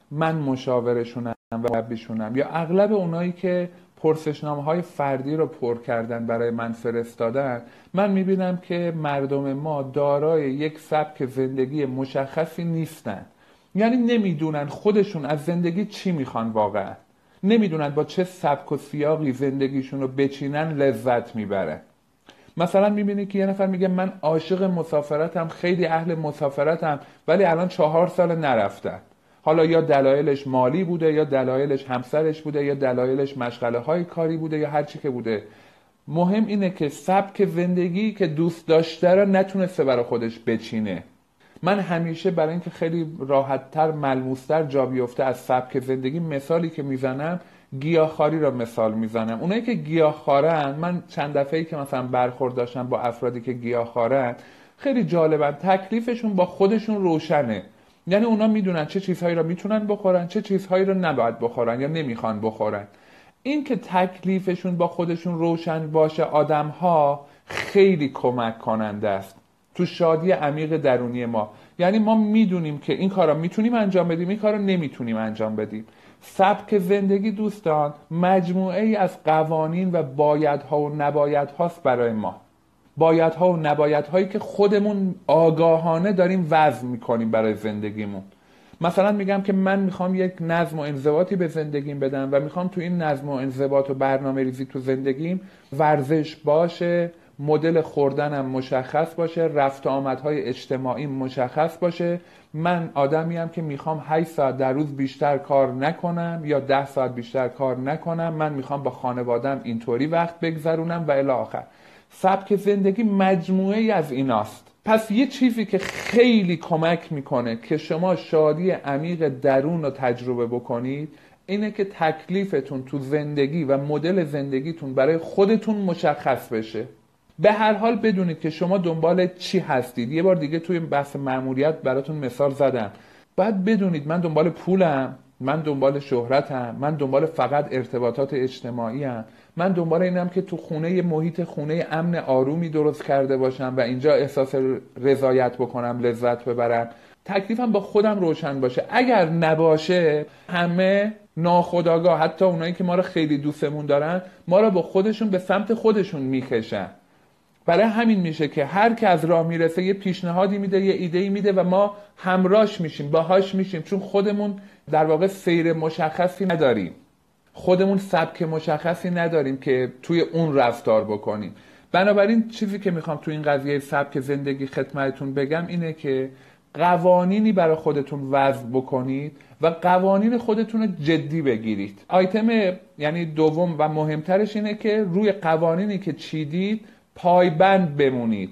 من مشاورشونم و مربیشونم، یا اغلب اونایی که پرسشنامه‌های فردی رو پر کردن برای من فرستادن، من میبینم که مردم ما دارای یک سبک زندگی مشخصی نیستن. یعنی نمیدونن خودشون از زندگی چی میخوان واقعا، نمیدونن با چه سبک و سیاقی زندگیشون رو بچینن لذت میبرن. مثلا میبینی که یه نفر میگه من عاشق مسافرتم، خیلی اهل مسافرتم، ولی الان چهار سال نرفتن. حالا یا دلایلش مالی بوده، یا دلایلش همسرش بوده، یا دلایلش مشغله های کاری بوده، یا هر چی که بوده. مهم اینه که سبک زندگی که دوست داشته رو نتونسته برای خودش بچینه. من همیشه برای اینکه خیلی راحت‌تر ملموس‌تر جا بیفته از سبک زندگی، مثالی که میزنم گیاهخواری را مثال میزنم. اونایی که گیاهخوارن، من چند دفعه‌ای که مثلا برخورد داشتم با افرادی که گیاهخوارن، خیلی جالبن. تکلیفشون با خودشون روشنه. یعنی اونا میدونن چه چیزهایی را میتونن بخورن، چه چیزهایی را نباید بخورن یا نمیخوان بخورن. این که تکلیفشون با خودشون روشن باشه آدم‌ها خیلی کمک کننده است تو شادی عمیق درونی ما. یعنی ما میدونیم که این کارا میتونیم انجام بدیم، این کارا نمیتونیم انجام بدیم. سبک زندگی دوستان مجموعه ای از قوانین و بایدها و نبایدهاست برای ما. بایدها و نبایدهایی که خودمون آگاهانه داریم وضع میکنیم برای زندگیمون. مثلا میگم که من میخوام یک نظم و انضباطی به زندگیم بدم و میخوام تو این نظم و انضباط و برنامه ریزی تو زندگیم ورزش باشه، مدل خوردنم مشخص باشه، رفت و آمدهای اجتماعی مشخص باشه. من آدمیم که میخوام هشت ساعت در روز بیشتر کار نکنم یا ده ساعت بیشتر کار نکنم. من میخوام با خانوادم اینطوری وقت بگذرونم و الی آخر. سبک زندگی مجموعه ای از ایناست. پس یه چیزی که خیلی کمک میکنه که شما شادی عمیق درون رو تجربه بکنید اینه که تکلیفتون تو زندگی و مدل زندگیتون برای خودتون مشخص بشه. به هر حال بدونید که شما دنبال چی هستید. یه بار دیگه توی بحث مأموریت براتون مثال زدم. باید بدونید من دنبال پولم، من دنبال شهرتم، من دنبال فقط ارتباطات اجتماعی ام، من دنبال اینم که تو خونه یه محیط خونه امن آرومی درست کرده باشم و اینجا احساس رضایت بکنم، لذت ببرم. تکلیفم با خودم روشن باشه. اگر نباشه همه ناخودآگاه، حتی اونایی که ما رو خیلی دوستمون دارن، ما رو با خودشون به سمت خودشون میکشن. برای همین میشه که هر که از راه میرسه یه پیشنهادی میده، یه ایده‌ای میده و ما همراهش میشیم، باهاش میشیم، چون خودمون در واقع سیر مشخصی نداریم، خودمون سبک مشخصی نداریم که توی اون رفتار بکنیم. بنابراین چیزی که میخوام توی این قضیه سبک زندگی خدمتتون بگم اینه که قوانینی برای خودتون وضع بکنید و قوانین خودتون رو جدی بگیرید. آیتم یعنی دوم و مهمترش اینه که روی قوانینی که چیدید پایبند بمونید،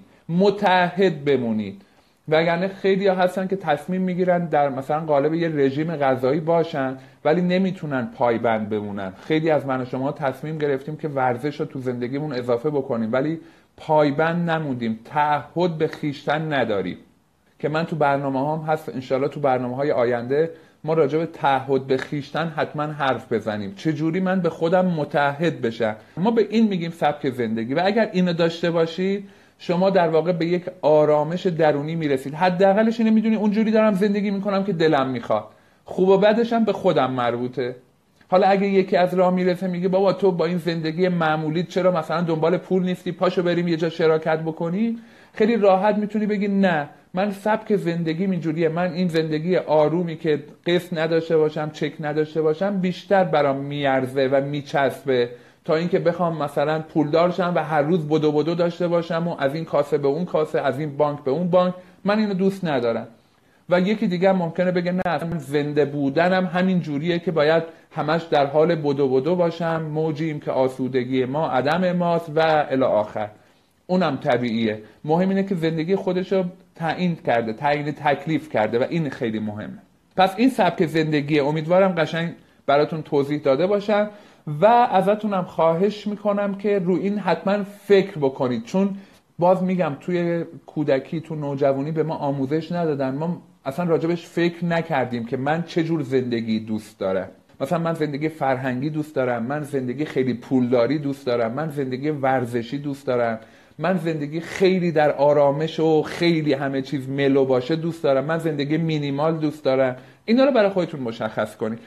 متعهد بمونید. وگرنه خیلی ها هستن که تصمیم میگیرن در مثلا قالب یه رژیم غذایی باشن ولی نمیتونن پایبند بمونن. خیلی از من و شما تصمیم گرفتیم که ورزش رو تو زندگیمون اضافه بکنیم ولی پایبند نموندیم، تعهد به خیشتن نداریم. که من تو برنامه هم هست، انشالله تو برنامه های آینده ما راجع به تعهد به خیشتن حتما حرف بزنیم. چجوری من به خودم متعهد بشم. ما به این میگیم سبک زندگی و اگر اینو داشته باشید شما در واقع به یک آرامش درونی میرسید. حداقلش اینه میدونی اونجوری دارم زندگی میکنم که دلم میخواد. خوب و بدش هم به خودم مربوطه. حالا اگه یکی از راه میرسه میگه بابا تو با این زندگی معمولی چرا مثلا دنبال پول نیستی، پاشو بریم یه جا شراکت بکنی، خیلی راحت میتونی بگی نه، من سبک زندگیم اینجوریه، من این زندگی آرومی که قسط نداشته باشم، چک نداشته باشم بیشتر برام میارزه و میچسبه تا اینکه بخوام مثلا پولدار شم و هر روز بدو بدو داشته باشم و از این کاسه به اون کاسه، از این بانک به اون بانک. من اینو دوست ندارم. و یکی دیگه ممکنه بگه نه، من زنده بودنم همین جوریه که باید همش در حال بدو بدو باشم، موجیم که آسودگی ما عدم ماست و الی آخر. اونم طبیعیه. مهم اینه که زندگی خودشو تعیین کرده، تعیین تکلیف کرده و این خیلی مهمه. پس این سبک زندگی امیدوارم قشنگ براتون توضیح داده باشم و ازتونم خواهش میکنم که رو این حتما فکر بکنید، چون باز میگم توی کودکی، تو نوجوانی به ما آموزش ندادن، ما اصلا راجبش فکر نکردیم که من چه جور زندگی دوست دارم. مثلا من زندگی فرهنگی دوست دارم، من زندگی خیلی پولداری دوست دارم، من زندگی ورزشی دوست دارم، من زندگی خیلی در آرامش و خیلی همه چیز ملو باشه دوست دارم، من زندگی مینیمال دوست دارم. اینا رو برای خودتون مشخص کنید.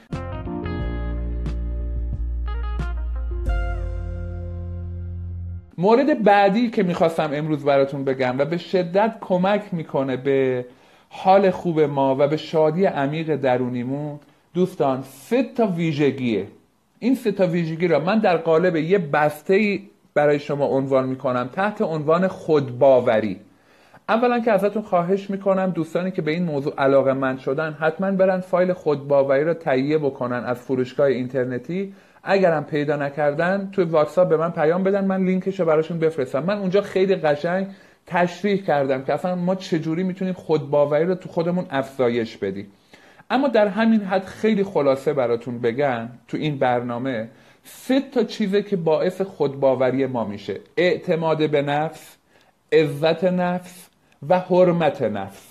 مورد بعدی که میخواستم امروز براتون بگم و به شدت کمک میکنه به حال خوب ما و به شادی عمیق درونیمون، دوستان، سه تا ویژگیه. این سه تا ویژگی را من در قالب یه بسته‌ای برای شما عنوان میکنم تحت عنوان خودباوری. اولا که ازتون خواهش میکنم دوستانی که به این موضوع علاقه‌مند شدن حتما برن فایل خودباوری رو تهیه بکنن از فروشگاه اینترنتی. اگرم پیدا نکردن توی واتساپ به من پیام بدن، من لینکش رو براشون بفرستم. من اونجا خیلی قشنگ تشریح کردم که اصلا ما چجوری میتونیم خودباوری رو تو خودمون افزایش بدیم. اما در همین حد خیلی خلاصه براتون بگم تو این برنامه سه تا چیزه که باعث خودباوری ما میشه: اعتماد به نفس، عزت نفس و حرمت نفس.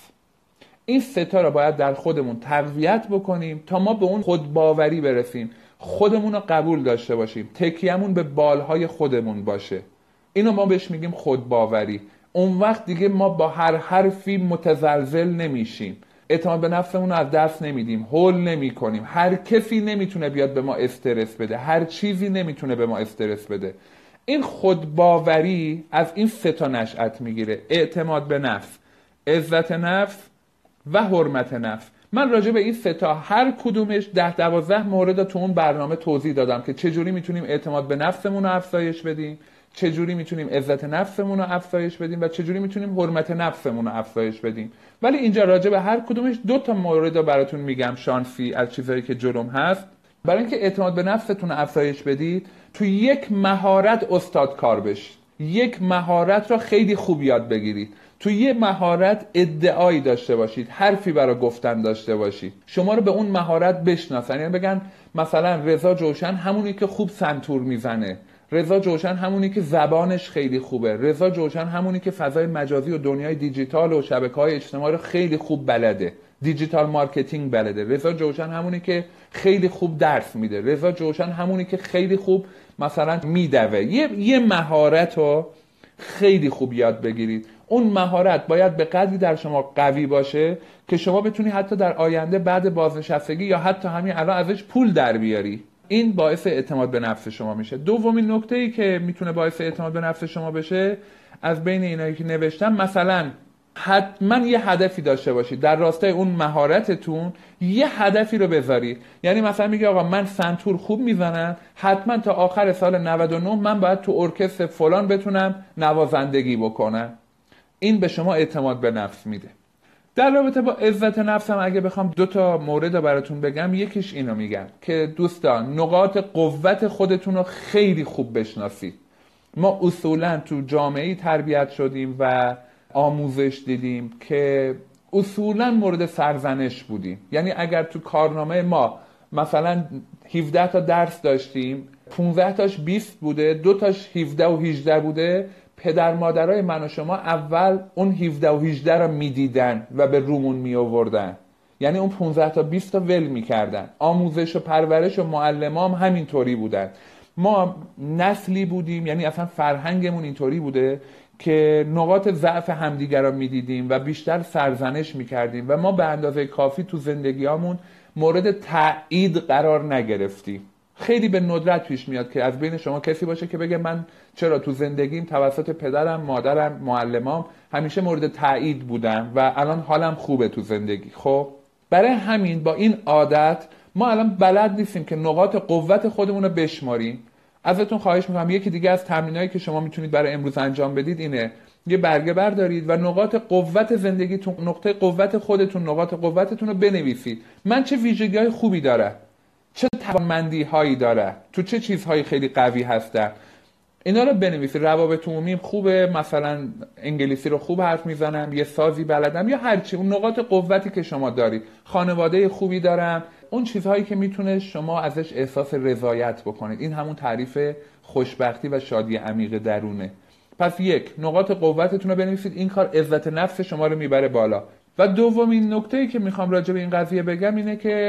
این سه تا رو باید در خودمون تقویت بکنیم تا ما به اون خودباوری برسیم، خودمون رو قبول داشته باشیم، تکیه‌مون به بالهای خودمون باشه. اینو ما بهش میگیم خودباوری. اون وقت دیگه ما با هر حرفی متزلزل نمیشیم، اعتماد به نفسمون رو از دست نمیدیم، هول نمی کنیم. هر کسی نمیتونه بیاد به ما استرس بده، هر چیزی نمیتونه به ما استرس بده. این خودباوری از این سه تا نشأت میگیره: اعتماد به نفس، عزت نفس و حرمت نفس. من راجع به این سه تا هر کدومش ده دوازده مورد تو اون برنامه توضیح دادم که چجوری میتونیم اعتماد به نفسمون رو افزایش بدیم، چجوری میتونیم عزت نفسمون رو افزایش بدیم و چجوری میتونیم حرمت نفسمون رو افزایش بدیم. ولی اینجا راجع به هر کدومش دو تا مورد رو براتون میگم شانسی از چیزایی که جلوم هست. برای اینکه اعتماد به نفستون رو افزایش بدید، تو یک مهارت استاد کار بشید. یک مهارت رو خیلی خوب یاد بگیرید. تو یه مهارت ادعایی داشته باشید، حرفی برای گفتن داشته باشید، شما رو به اون مهارت بشناسن. یعنی بگن مثلا رضا جوشن همونی که خوب سنتور میزنه، رضا جوشن همونی که زبانش خیلی خوبه، رضا جوشن همونی که فضای مجازی و دنیای دیجیتال و شبکه‌های اجتماعی رو خیلی خوب بلده، دیجیتال مارکتینگ بلده، رضا جوشن همونی که خیلی خوب درس میده، رضا جوشن همونی که خیلی خوب مثلا میدوه. یه یه مهارت رو خیلی خوب یاد بگیرید. اون مهارت باید به قدری در شما قوی باشه که شما بتونی حتی در آینده بعد بازنشستگی یا حتی همین الان ازش پول در بیاری. این باعث اعتماد به نفس شما میشه. دومین نکته‌ای که میتونه باعث اعتماد به نفس شما بشه، از بین اینایی که نوشتم، مثلا حتما یه هدفی داشته باشید در راستای اون مهارتتون، یه هدفی رو بذارید. یعنی مثلا میگه آقا من سنتور خوب میزنم، حتما تا آخر سال نود و نه من باید تو ارکستر فلان بتونم نوازندگی بکنم. این به شما اعتماد به نفس میده. در رابطه با عزت نفسم اگه بخوام دو تا مورد رو براتون بگم، یکیش اینو میگم که دوستان نقاط قوت خودتون رو خیلی خوب بشناسید. ما اصولا تو جامعه‌ای تربیت شدیم و آموزش دیدیم که اصولا مورد سرزنش بودیم. یعنی اگر تو کارنامه ما مثلا هفده تا درس داشتیم، پانزده تاش بیست بوده، دو تاش هفده و هجده بوده، پدر مادرای من و شما اول اون هفده و هجده را میدیدن و به رومون می آوردن. یعنی اون پانزده تا بیست تا ول میکردن. آموزش و پرورش و معلمان هم همینطوری بودن. ما نسلی بودیم، یعنی اصلا فرهنگمون اینطوری بوده که نقاط ضعف همدیگر را میدیدیم و بیشتر سرزنش میکردیم و ما به اندازه کافی تو زندگیامون مورد تایید قرار نگرفتیم. خیلی به ندرت پیش میاد که از بین شما کسی باشه که بگه من چرا تو زندگیم توسط پدرم، مادرم، معلمام همیشه مورد تایید بودم و الان حالم خوبه تو زندگی. خب برای همین با این عادت ما الان بلد نیستیم که نقاط قوت خودمون رو بشماریم. ازتون خواهش میکنم یکی دیگه از تمرینایی که شما میتونید برای امروز انجام بدید اینه: یه برگه بردارید و نقاط قوت زندگیتون، نقطه قوت خودتون، نقاط قوتتون رو بنویسید. من چه ویژگی‌های خوبی دارم، چه توانمندی هایی داره، تو چه چیزهایی خیلی قوی هستن، اینا رو بنویسید. روابط عمومیم خوبه، مثلا انگلیسی رو خوب حرف میزنم، یه سازی بلدم، یا هرچی اون نقاط قوتی که شما دارید. خانواده خوبی دارم، اون چیزهایی که میتونه شما ازش احساس رضایت بکنید. این همون تعریف خوشبختی و شادی عمیق درونه. پس یک، نقاط قوتتون رو بنویسید. این کار عزت نفس شما رو میبره بالا. و دومین نکته‌ای که میخوام راجع به این قضیه بگم اینه که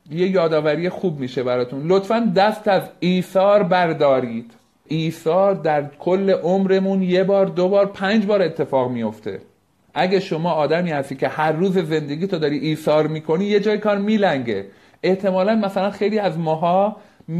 یه یادآوری خوب میشه براتون. لطفاً دست از ایثار بردارید. ایثار در کل عمرمون یه بار، دو بار، پنج بار اتفاق میفته. اگه شما آدمی هستی که هر روز زندگی تو داری ایثار میکنی، یه جای کار میلنگه. احتمالاً مثلا خیلی از ماها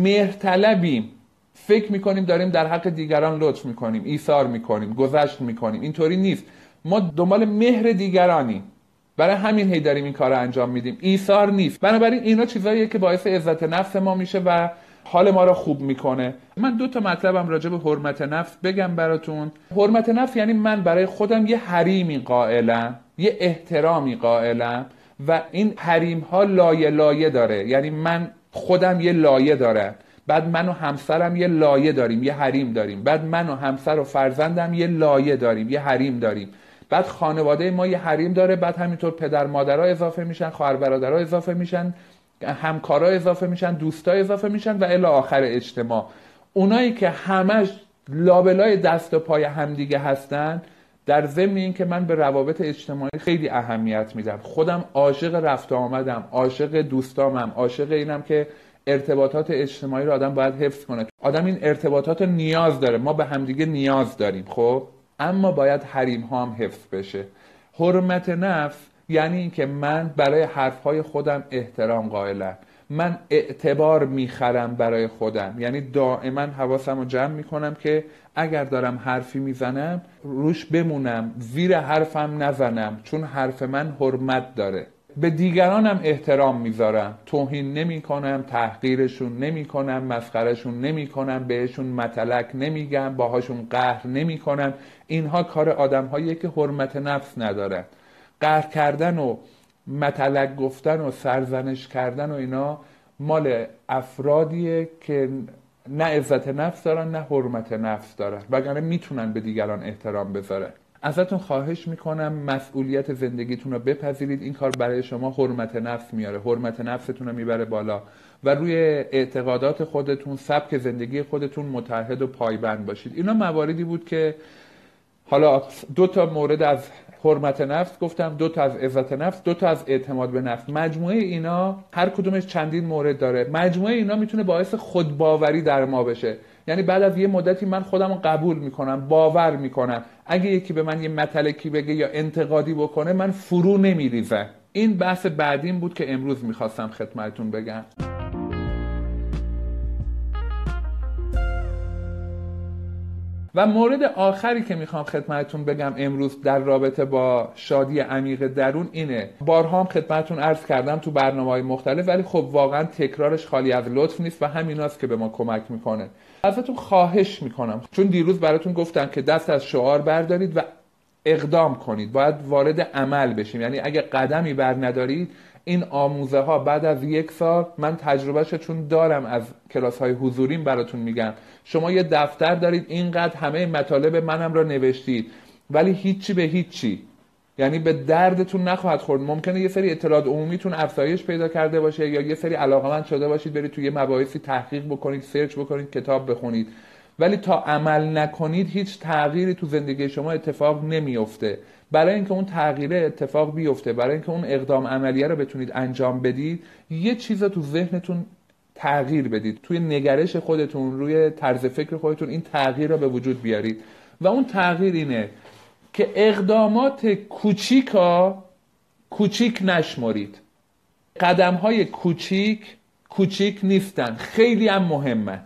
مهرطلبیم، فکر میکنیم داریم در حق دیگران لطف میکنیم، ایثار میکنیم، گذشت میکنیم. اینطوری نیست. ما دنبال مهر دیگرانیم، برای همین هی داریم این کار رو انجام میدیم. ایثار نیست. بنابراین اینا چیزاییه که باعث عزت نفس ما میشه و حال ما رو خوب میکنه. من دو تا مطلبم راجع به حرمت نفس بگم براتون. حرمت نفس یعنی من برای خودم یه حریمی قائلم، یه احترامی قائلم و این حریم ها لایه لایه داره. یعنی من خودم یه لایه دارم، بعد من و همسرم یه لایه داریم، یه حریم داریم، بعد من و همسر و فرزندم یه لایه داریم، یه حریم داریم، بعد خانواده ما یه حریم داره، بعد همینطور پدر مادرها اضافه میشن، خواهر برادرها اضافه میشن، همکارا اضافه میشن، دوستا اضافه میشن و الی آخر اجتماع. اونایی که همش لابلای دست و پای همدیگه هستن، در ضمن این که من به روابط اجتماعی خیلی اهمیت میدم. خودم عاشق رفت آمدم، عاشق دوستامم، عاشق اینم که ارتباطات اجتماعی رو آدم باید حفظ کنه. آدم این ارتباطات نیاز داره، ما به همدیگه نیاز داریم، خب اما باید حریم ها هم حفظ بشه. حرمت نفس یعنی این که من برای حرفهای خودم احترام قائلم، من اعتبار میخرم برای خودم. یعنی دائما حواسم رو جمع میکنم که اگر دارم حرفی میزنم روش بمونم، زیر حرفم نزنم، چون حرف من حرمت داره. به دیگرانم احترام میذارم، توهین نمی کنم، تحقیرشون نمی کنم، مسخرشون نمی کنم، بهشون متلک نمیگم، باهاشون قهر نمی کنم. اینها کار آدم هاییه که حرمت نفس ندارن. قهر کردن و متلک گفتن و سرزنش کردن و اینا مال افرادیه که نه عزت نفس دارن نه حرمت نفس دارن، وگرنه میتونن به دیگران احترام بذارن. ازتون خواهش میکنم مسئولیت زندگیتون رو بپذیرید. این کار برای شما حرمت نفس میاره، حرمت نفستون رو میبره بالا و روی اعتقادات خودتون، سبک زندگی خودتون متحد و پایبند باشید. اینا مواردی بود که حالا دو تا مورد از حرمت نفس گفتم، دو تا از عزت نفس، دو تا از اعتماد به نفس. مجموعه اینا هر کدومش چندین مورد داره. مجموعه اینا میتونه باعث خودباوری در ما بشه. یعنی بعد از یه مدتی من خودم رو قبول میکنم، باور میکنم. اگه یکی به من یه متلکی بگه یا انتقادی بکنه من فرو نمیریزم. این بحث بعدیم بود که امروز میخواستم خدمتتون بگم. و مورد آخری که میخوام خدمتتون بگم امروز در رابطه با شادی عمیق درون اینه. بارها هم خدمتتون عرض کردم تو برنامه‌های مختلف، ولی خب واقعا تکرارش خالی از لطف نیست و همیناست که به ما کمک میکنه. ازتون خواهش میکنم، چون دیروز براتون گفتم که دست از شعار بردارید و اقدام کنید، باید وارد عمل بشیم. یعنی اگه قدمی بر ندارید، این آموزه ها بعد از یک سال، من تجربهش چون دارم از کلاس های حضوریم براتون میگم، شما یه دفتر دارید اینقدر همه مطالب منم را نوشتید ولی هیچی به هیچی، یعنی به دردتون نخواهد خورد. ممکنه یه سری اطلاعات عمومیتون افزایش پیدا کرده باشه یا یه سری علاقه‌مند شده باشید برید توی یه مباحثی تحقیق بکنید، سرچ بکنید، کتاب بخونید، ولی تا عمل نکنید هیچ تغییری تو زندگی شما اتفاق نمیفته. برای اینکه اون تغییر اتفاق بیفته، برای اینکه اون اقدام عملیه رو بتونید انجام بدید، یه چیز تو ذهنتون تغییر بدید، توی نگرش خودتون، روی طرز فکر خودتون این تغییر رو به وجود بیارید. و اون تغییر اینه که اقدامات کوچیکا کوچیک نشمرید. قدم‌های کوچیک کوچیک نیستن، خیلی هم مهمن.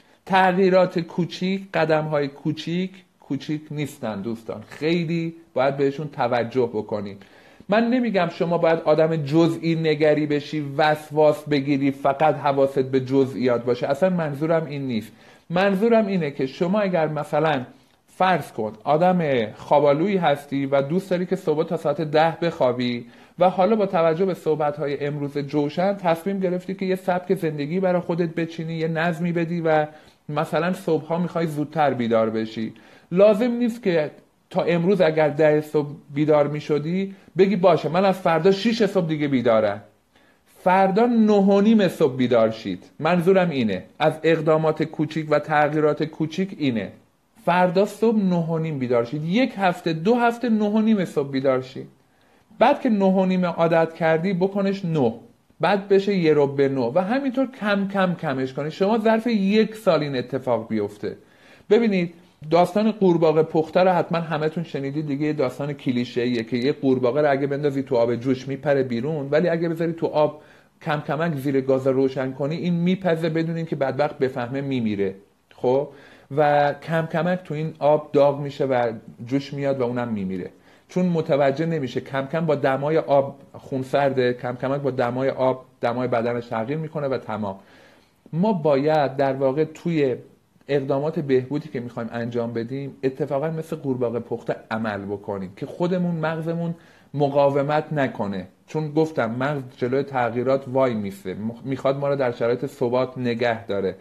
تغییرات کوچیک، قدم‌های کوچیک کوچیک نیستن دوستان، خیلی باید بهشون توجه بکنید. من نمیگم شما باید آدم جزئی نگری بشی، وسواس بگیری، فقط حواست به جزئیات باشه. اصلا منظورم این نیست. منظورم اینه که شما اگر مثلا فرض کن آدم خوابالویی هستی و دوست داری که صبح تا ساعت ده بخوابی و حالا با توجه به صحبت‌های امروز جوشن تصمیم گرفتی که یه سبک زندگی برای خودت بچینی، یه نظمی بدی و مثلا صبح‌ها میخوای زودتر بیدار بشی. لازم نیست که تا امروز اگر ده صبح بیدار میشدی بگی باشه من از فردا شیش صبح دیگه بیدارم. فردا نه و نیم صبح بیدار شید. منظورم اینه، از اقدامات کوچیک و تغییرات کوچیک اینه. فردا صبح نه و نیم بیدار شید، یک هفته دو هفته نه و نیم صبح بیدار شید. بعد که نه و نیم عادت کردی بکنش نه، بعد بشه یه رو به نو و همینطور کم کم کمش کنید. شما ظرف یک سال این اتفاق بیفته. ببینید داستان قورباغه پخته رو حتما همتون شنیدید دیگه. داستان کلیشه‌ایه که یه قورباغه رو اگه بندازی تو آب جوش میپره بیرون، ولی اگه بذاری تو آب کم کمک زیر گاز روشن کنی این میپزه بدون اینکه بدبخت بفهمه میمیره. خب و کم کمک تو این آب داغ میشه و جوش میاد و اونم میمیره، چون متوجه نمیشه. کم کم با دمای آب خونسرده، کم کمک با دمای آب دمای بدنش تغییر میکنه و تمام. ما باید در واقع توی اقدامات بهبودی که میخوایم انجام بدیم اتفاقا مثل قورباغه پخته عمل بکنیم که خودمون مغزمون مقاومت نکنه، چون گفتم مغز جلوی تغییرات وای میسته، میخواد ما رو در شرایط ثبات نگه داره.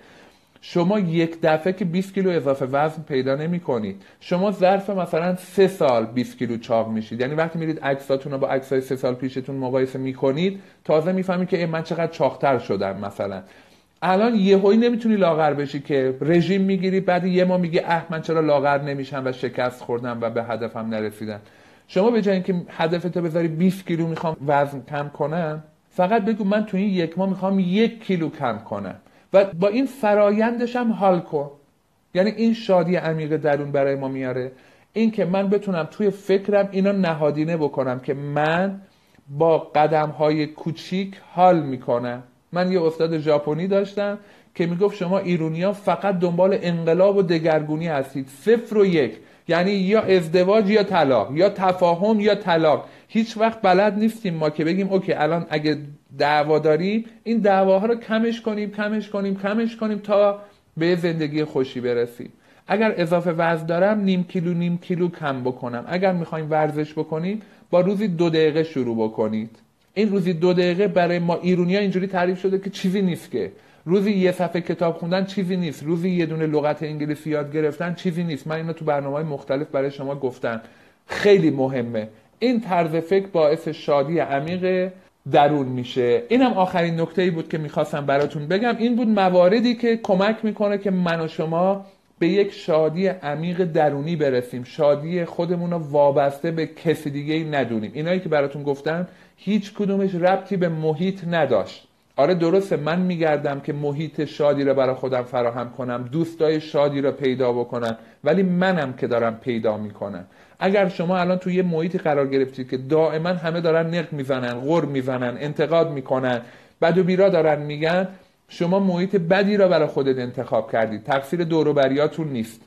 شما یک دفعه که بیست کیلو اضافه وزن پیدا نمی کنید. شما ظرف مثلا سه سال بیست کیلو چاق میشید. یعنی وقتی میرید عکساتون رو با عکسای سه سال پیشتون مقایسه میکنید تازه میفهمید که من چقدر چاقتر شدم. مثلا الان یهویی نمیتونی لاغر بشی که رژیم میگیری بعد یه ماه میگی اه من چرا لاغر نمیشم و شکست خوردم و به هدفم نرسیدم. شما به جای اینکه هدفتو بذاری بیست کیلو میخوام وزن کم کنم، فقط بگو من تو این یک ماه میخوام یک کیلو کم کنم و با این فرایندش هم حال کن. یعنی این شادی عمیق درون برای ما میاره، این که من بتونم توی فکرم اینا نهادینه بکنم که من با قدم‌های کوچیک حال میکنم. من یه استاد ژاپنی داشتم که میگفت شما ایرونیا فقط دنبال انقلاب و دگرگونی هستید، صفر و یک، یعنی یا ازدواج یا طلاق، یا تفاهم یا طلاق. هیچ وقت بلد نیستیم ما که بگیم اوکی الان اگه دعوا داریم این دعواها رو کمش کنیم کمش کنیم کمش کنیم تا به زندگی خوشی برسیم. اگر اضافه وزن دارم نیم کیلو نیم کیلو کم بکنم. اگر میخوایم ورزش بکنیم با روزی دو دقیقه شروع بکنید. این روزی دو دقیقه برای ما ایرونیا اینجوری تعریف شده که چیزی نیست، که روزی یه صفحه کتاب خوندن چیزی نیست، روزی یه دونه لغت انگلیسی یاد گرفتن چیزی نیست. من اینو تو برنامه‌های مختلف برای شما گفتم، خیلی مهمه. این طرز فکر باعث شادی عمیق درون میشه. اینم آخرین نکته‌ای بود که میخواستم براتون بگم. این بود مواردی که کمک میکنه که من و شما به یک شادی عمیق درونی برسیم، شادی خودمون رو وابسته به کسی دیگه ای ندونیم. اینایی که براتون گفتم هیچ کدومش ربطی به محیط نداشت. آره درسته من میگردم که محیط شادی رو برای خودم فراهم کنم، دوستای شادی رو پیدا بکنم، ولی منم که دارم پیدا میکنم. اگر شما الان توی یه محیطی قرار گرفتید که دائما همه دارن نق میزنن، غر میزنن، انتقاد میکنن، بد و بیرا دارن میگن، شما محیط بدی را برای خودت انتخاب کردید. تقصیر دور و بریاتون نیست.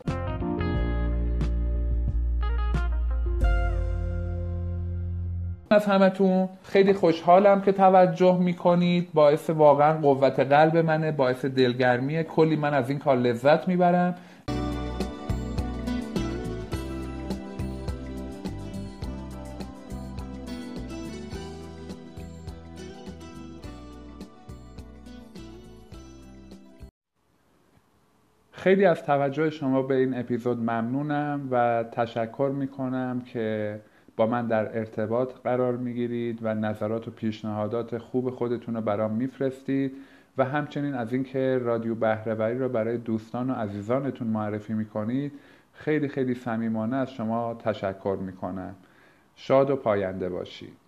از همتون خیلی خوشحالم که توجه میکنید، باعث واقعا قوت قلب منه، باعث دلگرمیه، کلی من از این کار لذت میبرم. خیلی از توجه شما به این اپیزود ممنونم و تشکر میکنم که با من در ارتباط قرار میگیرید و نظرات و پیشنهادات خوب خودتون رو برام میفرستید و همچنین از اینکه رادیو بهره‌وری رو برای دوستان و عزیزانتون معرفی میکنید. خیلی خیلی صمیمانه از شما تشکر میکنم. شاد و پاینده باشید.